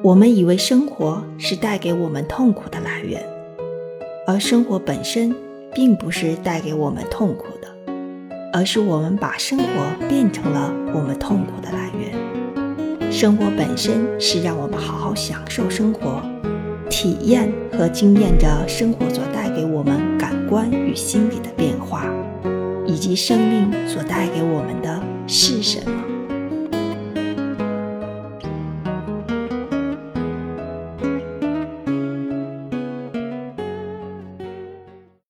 我们以为生活是带给我们痛苦的来源，而生活本身并不是带给我们痛苦的，而是我们把生活变成了我们痛苦的来源。生活本身是让我们好好享受生活，体验和经验着生活所带给我们感官与心理的变化，以及生命所带给我们的是什么。